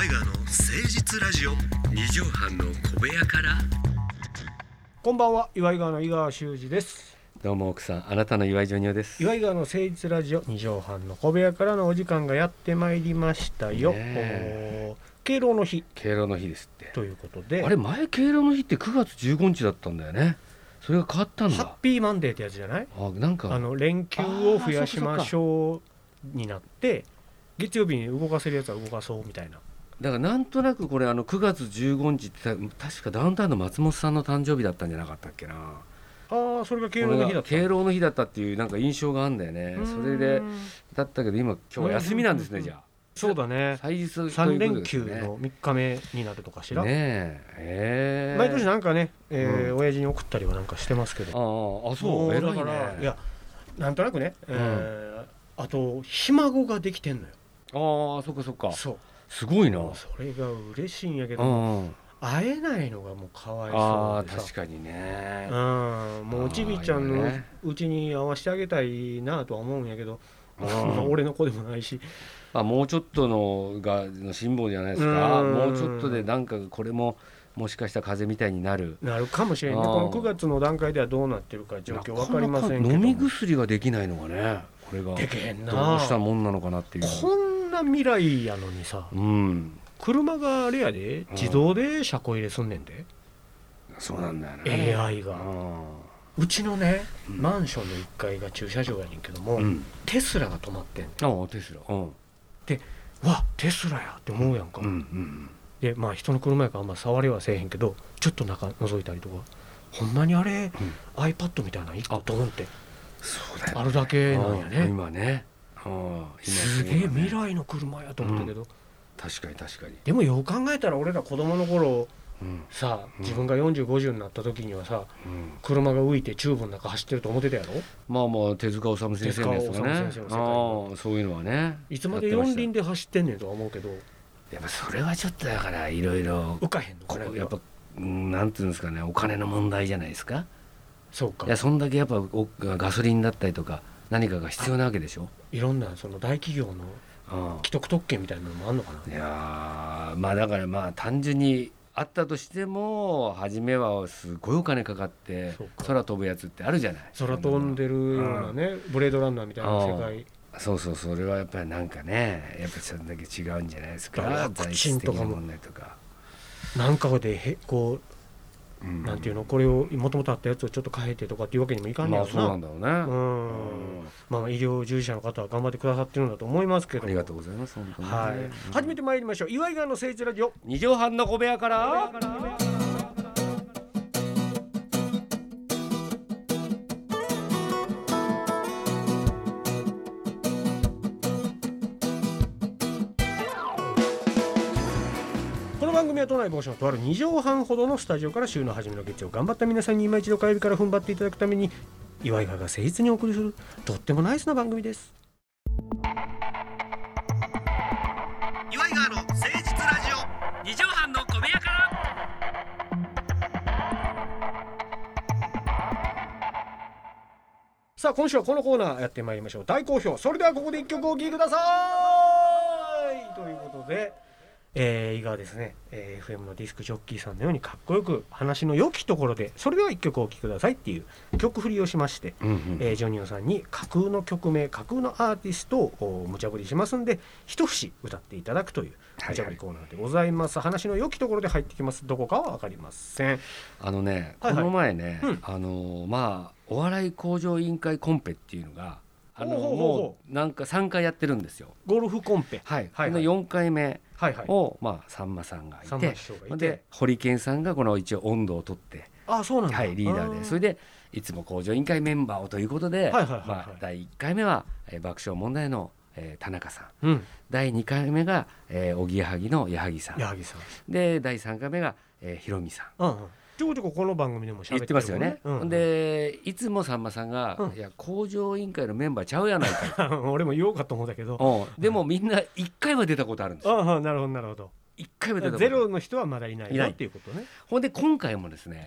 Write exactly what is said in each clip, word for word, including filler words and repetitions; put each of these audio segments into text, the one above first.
岩井川の誠実ラジオ。 二畳半の小部屋から。 こんばんは、岩井川の井川修司です。 どうも奥さん、あなたの岩井ジョニオです。 岩井川の誠実ラジオ二畳半の小部屋からのお時間がやってまいりましたよ、ね、敬老の日敬老の日ですってということで、 あれ前敬老の日ってくがつじゅうごにちだったんだよね。それが変わったんだ。 ハッピーマンデーってやつじゃない？ あ、なんかあの連休を増やしましょうになって、月曜日に動かせるやつは動かそうみたいな。 だからなんとなくこれあのくがつじゅうごにちって確かダウンタウンの松本さんの誕生日だったんじゃなかったっけな。 ああ、それが敬老の日だった。 敬老の日だったっていうなんか印象があるんだよね。それでだったけど今今日は休みなんですね。じゃあそうだね、 祭日ということですね。 さんれんきゅうのみっかめになるとかしら、 ねえ、えー、 毎年なんかね、えーうん、親父に送ったりはなんかしてますけど。 ああ、そう、偉いね。 いや、なんとなくね、うん、えー、あとひ孫ができてんのよ。 ああ、そっかそっか。 そう、 すごいな。 それが嬉しいんやけど、うん、会えないのがもうかわいそうでさ。 あ、確かにね、 うん、もうちびちゃんのうちに会わせてあげたいなとは思うんやけど、俺の子でもないし、 あ、もうちょっとのがの辛抱じゃないですか。もうちょっとでなんかこれももしかしたら風邪みたいになるなるかもしれないね。このくがつの段階ではどうなってるか状況分かりませんけど、 飲み薬ができないのがね、これができへんな、 どうしたもんなのかなっていう。 こんな未来やのにさ、うん、車があれやで自動で車庫入れすんねんで、 うん、そうなんだよね、 エーアイ が。うちのね、うん、マンションのいっかいが駐車場やねんけども、うん、テスラが止まってんの。 ああ、テスラ、うん、 で、わ、テスラやって思うやんか、うんうん、で、まあ人の車やからあんま触れはせえへんけど、ちょっと中覗いたりとか、ほんまにあれ、うん、iPad みたいなのいっこドンってそうだよ、ね、 あるだけなんやね。 今ね、あ、今すげえ未来の車やと思ったけど、うん、 確かに確かに。 でもよう考えたら俺ら子供の頃、うん、さあ、自分がよんじゅう、ごじゅうになった時にはさ、うん、車が浮いてチューブの中走ってると思ってたやろ。 まあまあ手塚治虫先生のやつとかね、あ、そういうのはね、 いつまで四輪で走ってんねんとは思うけど、 やっぱそれはちょっとだからいろいろ浮かへんのかな、 やっぱ、うん、なんていうんですかね、お金の問題じゃないですか。 そうか。 いや、そんだけやっぱガソリンだったりとか何かが必要なわけでしょ。 いろんなその大企業の既得特権みたいなのもあんのかな。 いや、まあだからまあ単純にあったとしても、初めはすごいお金かかって空飛ぶやつってあるじゃない。 空飛んでるようなね、ブレードランナーみたいな世界。 そうそう、それはやっぱりなんかね、やっぱりそれだけ違うんじゃないですか。 ワクチンとかも問題とかなんかでへこう、うん、なんていうの、これをもともとあったやつをちょっと変えてとかっていうわけにもいかんねやろな。 まあそうなんだろうね。うん、 まあ医療従事者の方は頑張ってくださってるんだと思いますけど。 ありがとうございます。本当に、ね、 はい、うん、始めてまいりましょう。岩井川の誠実ラジオ二畳半の小部屋から。 この番組は都内某所のとあるに畳半ほどのスタジオから週の初めの月曜頑張った皆さんに今一度火曜日から踏ん張っていただくために、岩井川が誠実にお送りするとってもナイスな番組です。 岩井川の誠実ラジオ二畳半の小部屋から。 さあ、今週はこのコーナーやってまいりましょう。大好評。それではここで一曲お聴きくださいということで、えー、井川ですね、えー、エフエム のディスクジョッキーさんのようにかっこよく話の良きところで、それでは一曲お聴きくださいっていう曲振りをしまして、うんうん、えー、ジョニオさんに架空の曲名、架空のアーティストを無茶ぶりしますんで、一節歌っていただくという無茶ぶりコーナーでございます、はいはい、話の良きところで入ってきます。どこかは分かりません。 あのね、この前ね、はいはい、うん、あのまあお笑い向上委員会コンペっていうのがあのもうなんかさんかいやってるんですよ。 ゴルフコンペ、 はい、はいはい、このよんかいめを、はいはい、まあ、さんまさんがいて、がいてで堀健さんがこの一応温度を取って、 あ、そうなんだ、 はい、リーダーで、それでいつも向上委員会メンバーをということで、はいはいはいはい、まあ、だいいっかいめは、えー、爆笑問題の、えー、田中さん、うん、だいにかいめが、えー、おぎやはぎの矢作さん、 矢作さんでだいさんかいめが、えー、ひろみさん、うんうん、 ちょこちょここの番組でも喋ってる、ね、 言ってますよね、うんうん、でいつもさんまさんが、うん、いや向上委員会のメンバーちゃうやないか俺も言おうかと思うんだけど、 でもみんないっかいは出たことあるんですよ。 ああ、なるほどなるほど。 いっかいは出たことゼロの人はまだいないよっていうことね。 ほんで今回もですね、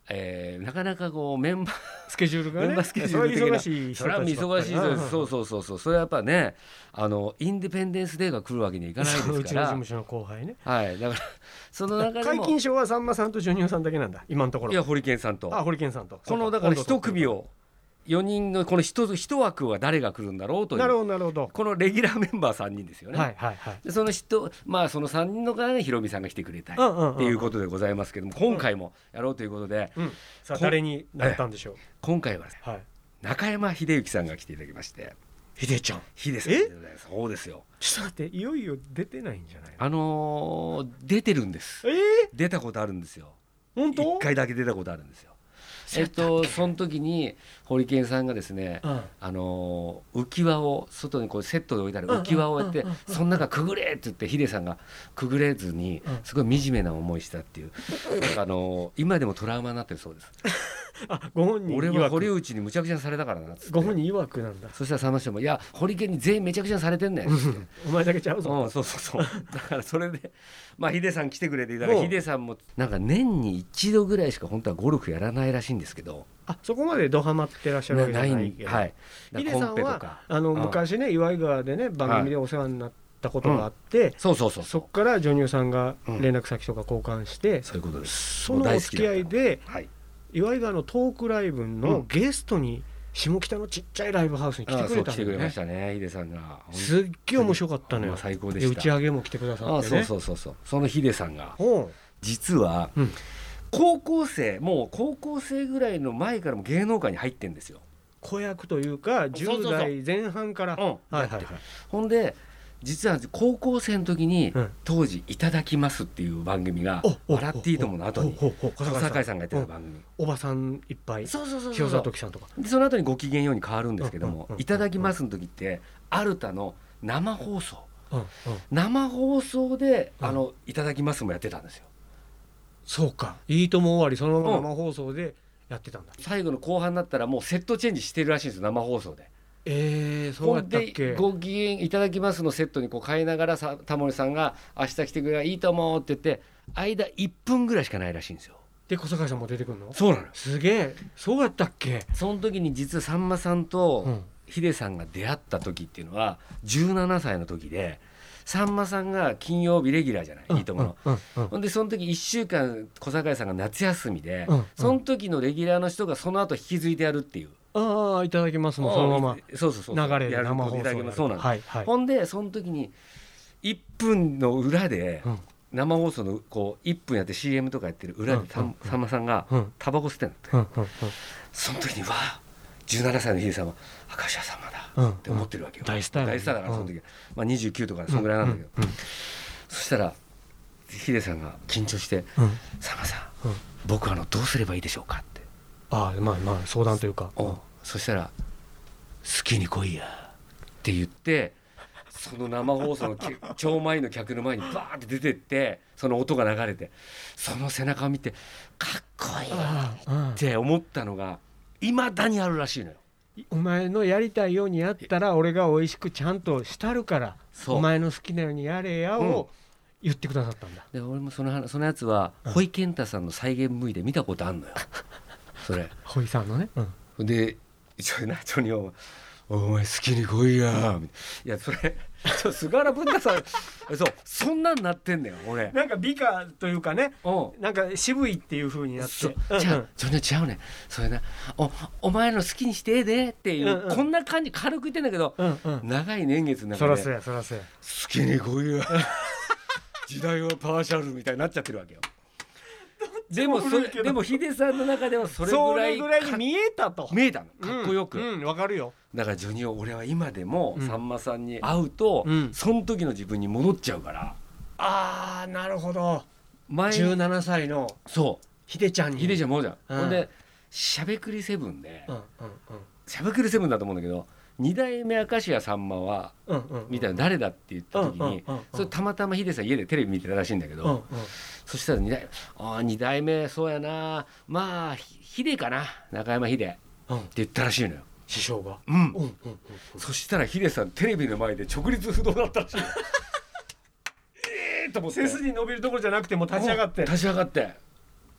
えー、なかなかこうメンバースケジュールがねメンバースケジュール的な忙しい人それはたちばっかり忙しいですそうそうそうそうそれはやっぱねあのインディペンデンスデーが来るわけにはいかないですからうちの事務所の後輩ねはいだからその中でも解禁賞はさんまさんとジョニオさんだけなんだ今のところいやホリケンさんとあホリケンさんとこのだから一組をよにんのこの一一枠は誰が来るんだろうというなるほどなるほどこのレギュラーメンバーさんにんですよね、 はいはいはいでその人まあそのさんにんのからねヒロミさんが来てくれたいっていうことでございますけども今回もやろうということで、 うん、さあ誰になったんでしょう今回は、ねはい、 中山秀幸さんが来ていただきまして秀ちゃん秀さんでございますそうですよちょっと待っていよいよ出てないんじゃないあのー、出てるんですえー、 出たことあるんですよ本当いっかいだけ出たことあるんですよえっとその時にホリケンさんがですね、うん、あの浮き輪を外にこうセットで置いてある浮き輪をやってその中くぐれって言ってヒデさんがくぐれずにすごい惨めな思いしたっていう、うん、あの今でもトラウマになってるそうですあご本人俺は堀内にむちゃくちゃされたからなっつってご本人曰くなんだそしたらさんま師匠もいや堀健に全員めちゃくちゃされてんねんお前だけちゃうぞ、 うん、そうそうそうだからそれでまあヒデさん来てくれていたらヒデさんもなんか年に一度ぐらいしか本当はゴルフやらないらしいんですけどあそこまでドハマってらっしゃるわけじゃないけどはいヒデさんはあの昔ね岩井川でね番組でお世話になったことがあって、うん、 そうそうそうそこからジョニオさんが連絡先とか交換して、 うん、そういうことですそのお付き合いで、 はい、 岩井川のトークライブのゲストに下北のちっちゃいライブハウスに来てくれたんだよね。 来てくれましたね、ヒデさんが。 すっげえ面白かったのよ。 最高でした。 打ち上げも来てくださってね。 あそうそうそうそう。そのヒデさんが実は、うん、高校生もう高校生ぐらいの前からも芸能界に入ってんですよ。 子役というかじゅう代前半から。 ほんで実は高校生の時に、うん、当時いただきますっていう番組が笑っていいともの後に小堺さんがやってた番組、 おばさんいっぱいそうそうそう塩沢時さんとかでその後にごきげんように変わるんですけども、いただきますの時ってアルタの生放送、うんうん、生放送であのいただきますもやってたんですよ。 そうか、いいとも終わりそのまま生放送でやってたんだ、 うん、最後の後半になったらもうセットチェンジしてるらしいんですよ、生放送で。 えー、そうやったっけ。 ご機嫌いただきますのセットにこう変えながらさタモリさんが明日来てくればいいと思うって言って間いっぷんぐらいしかないらしいんですよ。 で小堺さんも出てくるの。 そうなの。 すげえ、そうやったっけ。 その時に実はさんまさんとヒデさんが出会った時っていうのはじゅうななさいの時で、さんまさんが金曜日レギュラーじゃない、うん、いいともの、うんうんうん、でその時いっしゅうかん小堺さんが夏休みで、うんうん、その時のレギュラーの人がその後引き継いでやるっていう。 ああいただきますもんそのままそうそうそう流れで生放送やる。そうなんです、はいはい、ほんでその時にいっぷんの裏で、うん、生放送のこういっぷんやって シーエム とかやってる裏で、うんうん、さんまさんがタバコ吸ってんだって、うんうんうん、その時にわあじゅうななさいのヒデさんは明石家さんまだって思ってるわけよ、うんうん、大スター大スターだからその時、うんまあ、にじゅうきゅうとかそのぐらいなんだけど、うんうんうん、そしたらヒデさんが緊張して「うん、さんまさん、うん、僕あのどうすればいいでしょうか?」って。 ああまあまあ相談というか、 うん、そしたら好きに来いやって言ってその生放送の超満員の客の前にバーって出てってその音が流れてその背中を見てかっこいいって思ったのがいまだにあるらしいのよ。 お前のやりたいようにやったら俺が美味しくちゃんとしたるからお前の好きなようにやれやを言ってくださったんだ、 うん、で俺もその、そのやつはホイケンタさんの再現 ブイ で見たことあんのよそれホイさんのね、 うん、で一応なジョニオお前好きに来いやいやそれ菅原文太さんそうそんなんなってんだよ俺。 なんか美化というかね、なんか渋いっていう風になって、 うん、じゃあジョニオ違うねそれな お, お前の好きにしてえでっていう、うんうん、こんな感じ軽く言ってんだけど、うんうん、長い年月の中でそらそうやそらそうや好きに来いや時代はパーシャルみたいになっちゃってるわけよ。でもそれでもヒデさんの中ではそれぐらいそれぐらいに見えたと見えたのかっこよく、 うんうん、わかるよ。だからジョニオ俺は今でもさんまさんに会うと、うん、その時の自分に戻っちゃうから。 あーなるほど。じゅうななさいのそうヒデちゃんにヒデちゃんもじゃん、うん、ほんでしゃべくりセブンで、うんうんうん、しゃべくりセブンだと思うんだけどに代目明石家さんまは、うんうんうん、みたいな誰だって言った時に、うんうんうんうん、それたまたまヒデさん家でテレビ見てたらしいんだけど、うんうん、そしたらに代あに代目そうやなまあヒデかな中山ヒデ、うん、って言ったらしいのよ師匠が、 うんうんうんうん、そしたらヒデさんテレビの前で直立不動だったらしいのえーと思って背筋伸びるところじゃなくても立ち上がって立ち上がって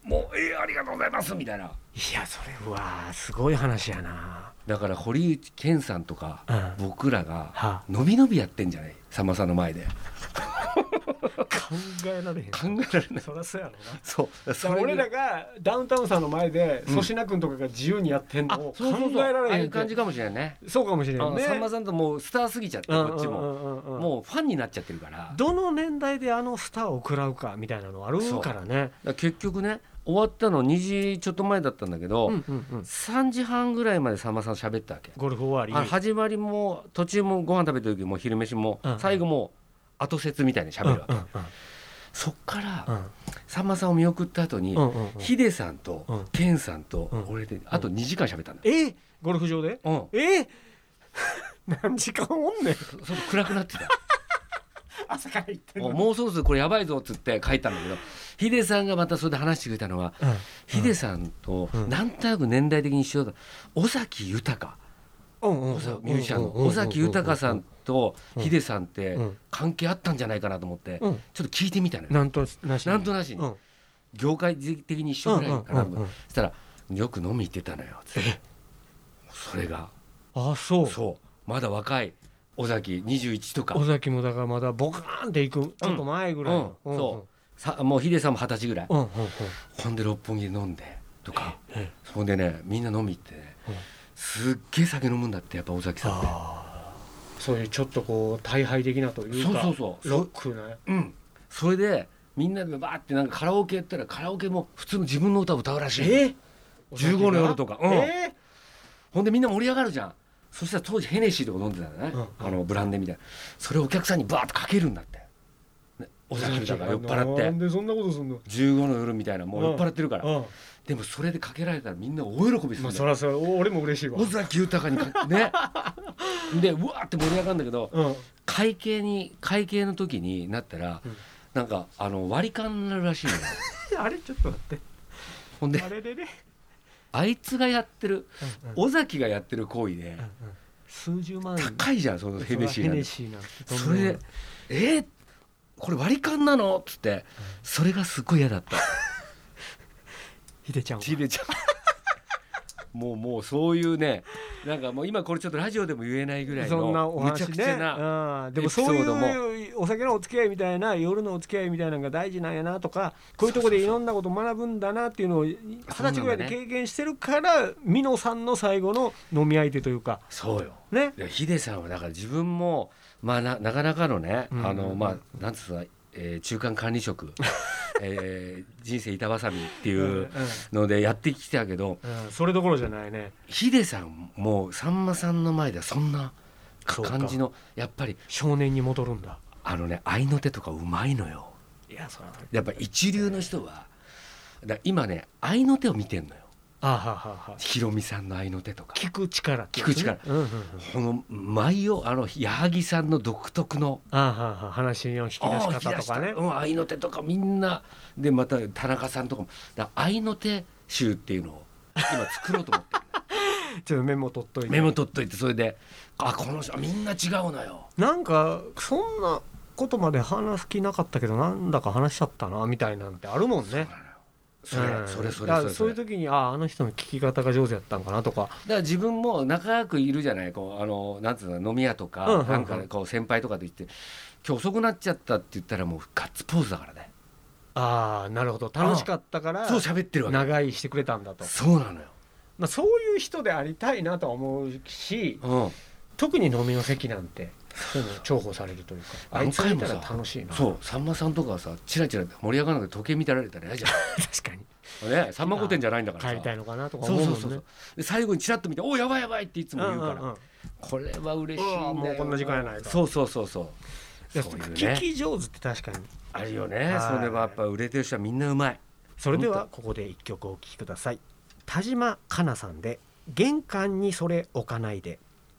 もうえー、ありがとうございますみたいな。 いやそれうわすごい話やな。 だから堀内健さんとか、うん、僕らがはのびのびやってんじゃないさんまさんの前で考えられへん。 考えられない。 そりゃそうやろな。 そうそれ俺らがダウンタウンさんの前で粗品君とかが自由にやってんのを考えられへん。 ああいう感じかもしれないね。 そうかもしれないね。 さんまさんともうスターすぎちゃってこっちももうファンになっちゃってるから、 どの年代であのスターを食らうかみたいなのあるからね。 だから結局ね終わったのにじちょっと前だったんだけど、うんうんうん、さんじはんぐらいまでさんまさん喋ったわけ。 ゴルフ終わり、 始まりも途中もご飯食べた時も昼飯も、うんうん、最後も後説みたいに喋るわけ、うんうんうん、そっから、うん、さんまさんを見送った後に、うんうんうん、ヒデさんと、うん、ケンさんと、うん、俺であとにじかん喋ったんだ、 うん、えー、ゴルフ場で、うん、えー、何時間おんねん。 そそ暗くなってた朝から行ってんのもうそろそろこれやばいぞっつって帰ったんだけど、ヒデさんがまたそれで話してくれたのは、うん、ヒデさんとなんとなく年代的に一緒だ尾崎豊、うん、ミュージシャンの尾崎豊さんとヒデさんって関係あったんじゃないかなと思って、うん、ちょっと聞いてみたのよ。 なんとなしになんとなしに、うん、業界的に一緒ぐらいかなと、うんうんうんうん、そしたらよく飲み行ってたのよつって。それがあそうそうまだ若い尾崎にじゅういちとか。 尾崎もだからまだボカーンっていくちょっと前ぐらいの、 うんうん、そうさもうヒデさんも二十歳ぐらい、うんうんうん、ほんで六本木で飲んでとか、そんでねみんな飲み行ってね、うん、すっげえ酒飲むんだってやっぱ尾崎さんって。 そういうちょっとこう大敗的なというか、 そうそうそうロックね、 うん、それでみんなでバーってなんかカラオケやったらカラオケも普通の自分の歌を歌うらしい。えー、じゅうごの夜とか、うん、えー、ほんでみんな盛り上がるじゃん。そしたら当時ヘネシーとか飲んでたのね、うん、あのブランデーみたいな。それをお客さんにバーッとかけるんだって、ね、尾崎豊が酔っ払って。 なんでそんなことすんの。 じゅうごの夜みたいなもう酔っ払ってるから、うん、でもそれでかけられたらみんな大喜びするんだよ、 まあ、そらそら俺も嬉しいわ。 尾崎豊にかねでうわーって盛り上がるんだけど、うん、会計に会計の時になったら、うん、なんかあの割り勘になるらしいのよあれちょっと待って、 ほんであれれれあいつがやってる、うんうん、尾崎がやってる行為で、うんうん、 数十万高いじゃんそのヘネシーなんて。 ヘネシーなんてそれでえー、これ割り勘なのっつって、うん、それがすっごい嫌だったヒデちゃんはヒデちゃんもうもうそういうね、なんかもう今これちょっとラジオでも言えないぐらいのそんなお話、ね、 むちゃくちゃな、 うん、でもそういうお酒のお付き合いみたいな夜のお付き合いみたいなのが大事なんやなとか、こういうところでいろんなことを学ぶんだなっていうのを二十歳ぐらいで経験してるから美濃さんの最後の飲み相手というか。 そうよね。 ヒデさんはだから自分もまあ な, なかなかのね、うんうんうん、あのまあなんつうの、えー、中間管理職えー、人生板挟みっていうのでやってきたけど、 うんうん、それどころじゃないね。 ヒデさんもさんまさんの前ではそんな感じのやっぱり少年に戻るんだ。 あのね合いの手とかうまいのよ。 いやそらやっぱ一流の人はだ今ね合いの手を見てんのよ。 あはははひろみさんの合いの手とか聞く力、 聞く力、うんうんうん、この舞をあの矢作さんの独特のあはは話の引き出し方とかね、 うん、合いの手とかみんなでまた田中さんとかもだ合いの手集っていうのを今作ろうと思ってるちょっとメモ取っといてメモ取っといてそれであこの人みんな違うのよ。 なんかそんなことまで話す気なかったけどなんだか話しちゃったなみたいなんてあるもんね。 それ、うん、それそれそれそういう時に あ, あの人の聞き方が上手やったんかなとか。だから自分も仲良くいるじゃないこうあのなんつうの飲み屋とか、うんうんうん、なんかこう先輩とかと言って今日遅くなっちゃったって言ったらもうガッツポーズだからね。 ああなるほど楽しかったからそう喋ってるわけ長居してくれたんだと。 そうなのよ、 まあ、そういう人でありたいなとは思うし、うん、特に飲みの席なんてそういうの重宝されるというかあいつ見たら楽しいな。 そうさんまさんとかさチラチラ盛り上がらなくて時計見てられたら嫌じゃん確かにね、さんま御殿じゃないんだからさ帰りたいのかなとか思うもんね。そうそうそうで最後にチラッと見ておやばいやばいっていつも言うから、うんうんうん、これは嬉しいんだよ。 もうこんな時間やないか。 そうそうそうそうそういうね聞き上手って確かにあるよね。それはやっぱ売れてる人はみんなうまい。 それではここで一曲お聴きください。田島かなさんで玄関にそれ置かないで。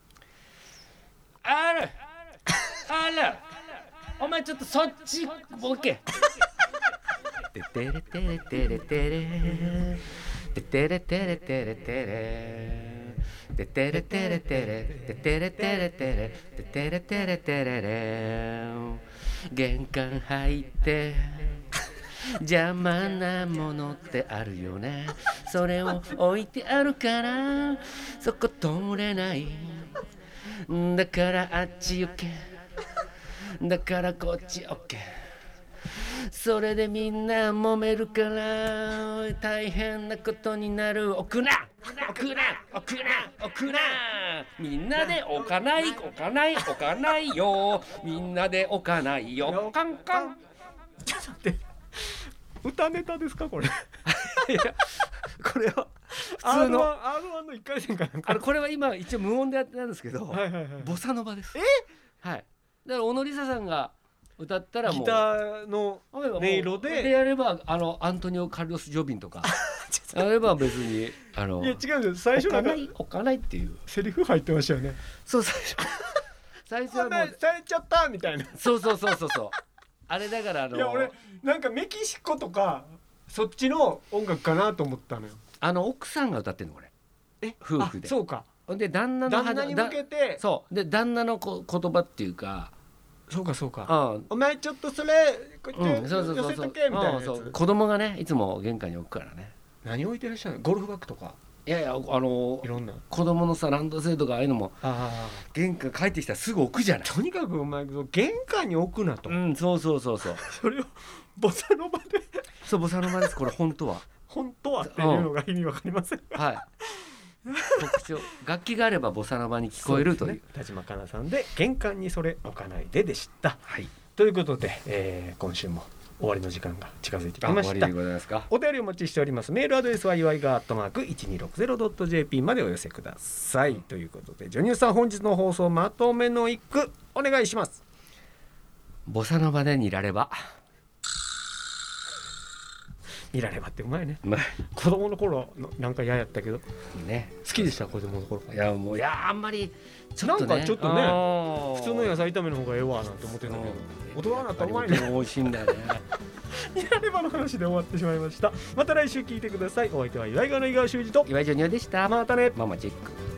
あるあらお前ちょっとそっちボケててれてれてれてれててれてれてれてれててれてれてれててれてれてれててれてれてれれ玄関入って邪魔なものってあるよね、それを置いてあるからそこ通れない、だからあっち行け、だからこっち OK、 それでみんな揉めるから大変なことになる。置くな置くな置くな置くな、みんなで置かない置かない置かないよ、みんなで置かないよ、カンカン。 ちょっと待って、歌ネタですかこれ？いやこれは普通の アールワン のいっかい戦かなんか、 あのこれは今一応無音でやってたんですけど、 はいはいはい、 ボサノバです。 え、 はい、だから小野梨沙さんが歌ったらもうギターの音色ででやれば、あのアントニオ・カルロス・ジョビンとかやれば別にあの、 いや違うんです、最初なんか置かないっていうセリフ入ってましたよね。 そう最初最初はもうされちゃったみたいな。 そうそうそうそうそうあれだからあのいや俺なんかメキシコとかそっちの音楽かなと思ったのよ。 あの奥さんが歌ってんのこれ、 え夫婦で。 そうか、 で旦那の旦那に向けて、 そうで旦那のこ言葉っていうか、 そうかそうか、 あお前ちょっとそれこうやって寄せとけみたいなやつ、 そう子供がねいつも玄関に置くからね。 何置いてらっしゃるの？ゴルフバッグとか。 いやいやあのいろんな子供のさランドセルとかああいうのもあ玄関帰ってきたらすぐ置くじゃない。 とにかくお前玄関に置くなと、 うん、そうそうそうそうそれをボサノバでそうボサノバですこれ本当は本当はっていうのが意味わかりません、 うん、はい特徴楽器があればボサノバに聞こえるという、 ね、田島かなさんで玄関にそれ置かないででした、 はい、 ということで、えー、今週も終わりの時間が近づいてきました。 終わりでございますか。 お便りお待ちしております。メールアドレスは祝いがアットマーク いちにろくゼロドットジェーピー までお寄せください。ということでジョニオさん本日の放送まとめの一句お願いします。 ボサノバでニラレバ。 ニラレバってうまいね。 うまい。 子供の頃なんか嫌やったけどね好きでした子供の頃。 いやもういやあんまりちょっとねなんかちょっとね普通の野菜炒めの方がええわなんて思ってたけど大人になったらうまいね。 美味しいんだよね。 ニラレバの話で終わってしまいました。また来週聞いてください。お相手は岩井川の井川修司と岩井ジョニオでした。 またね。 ママチェック。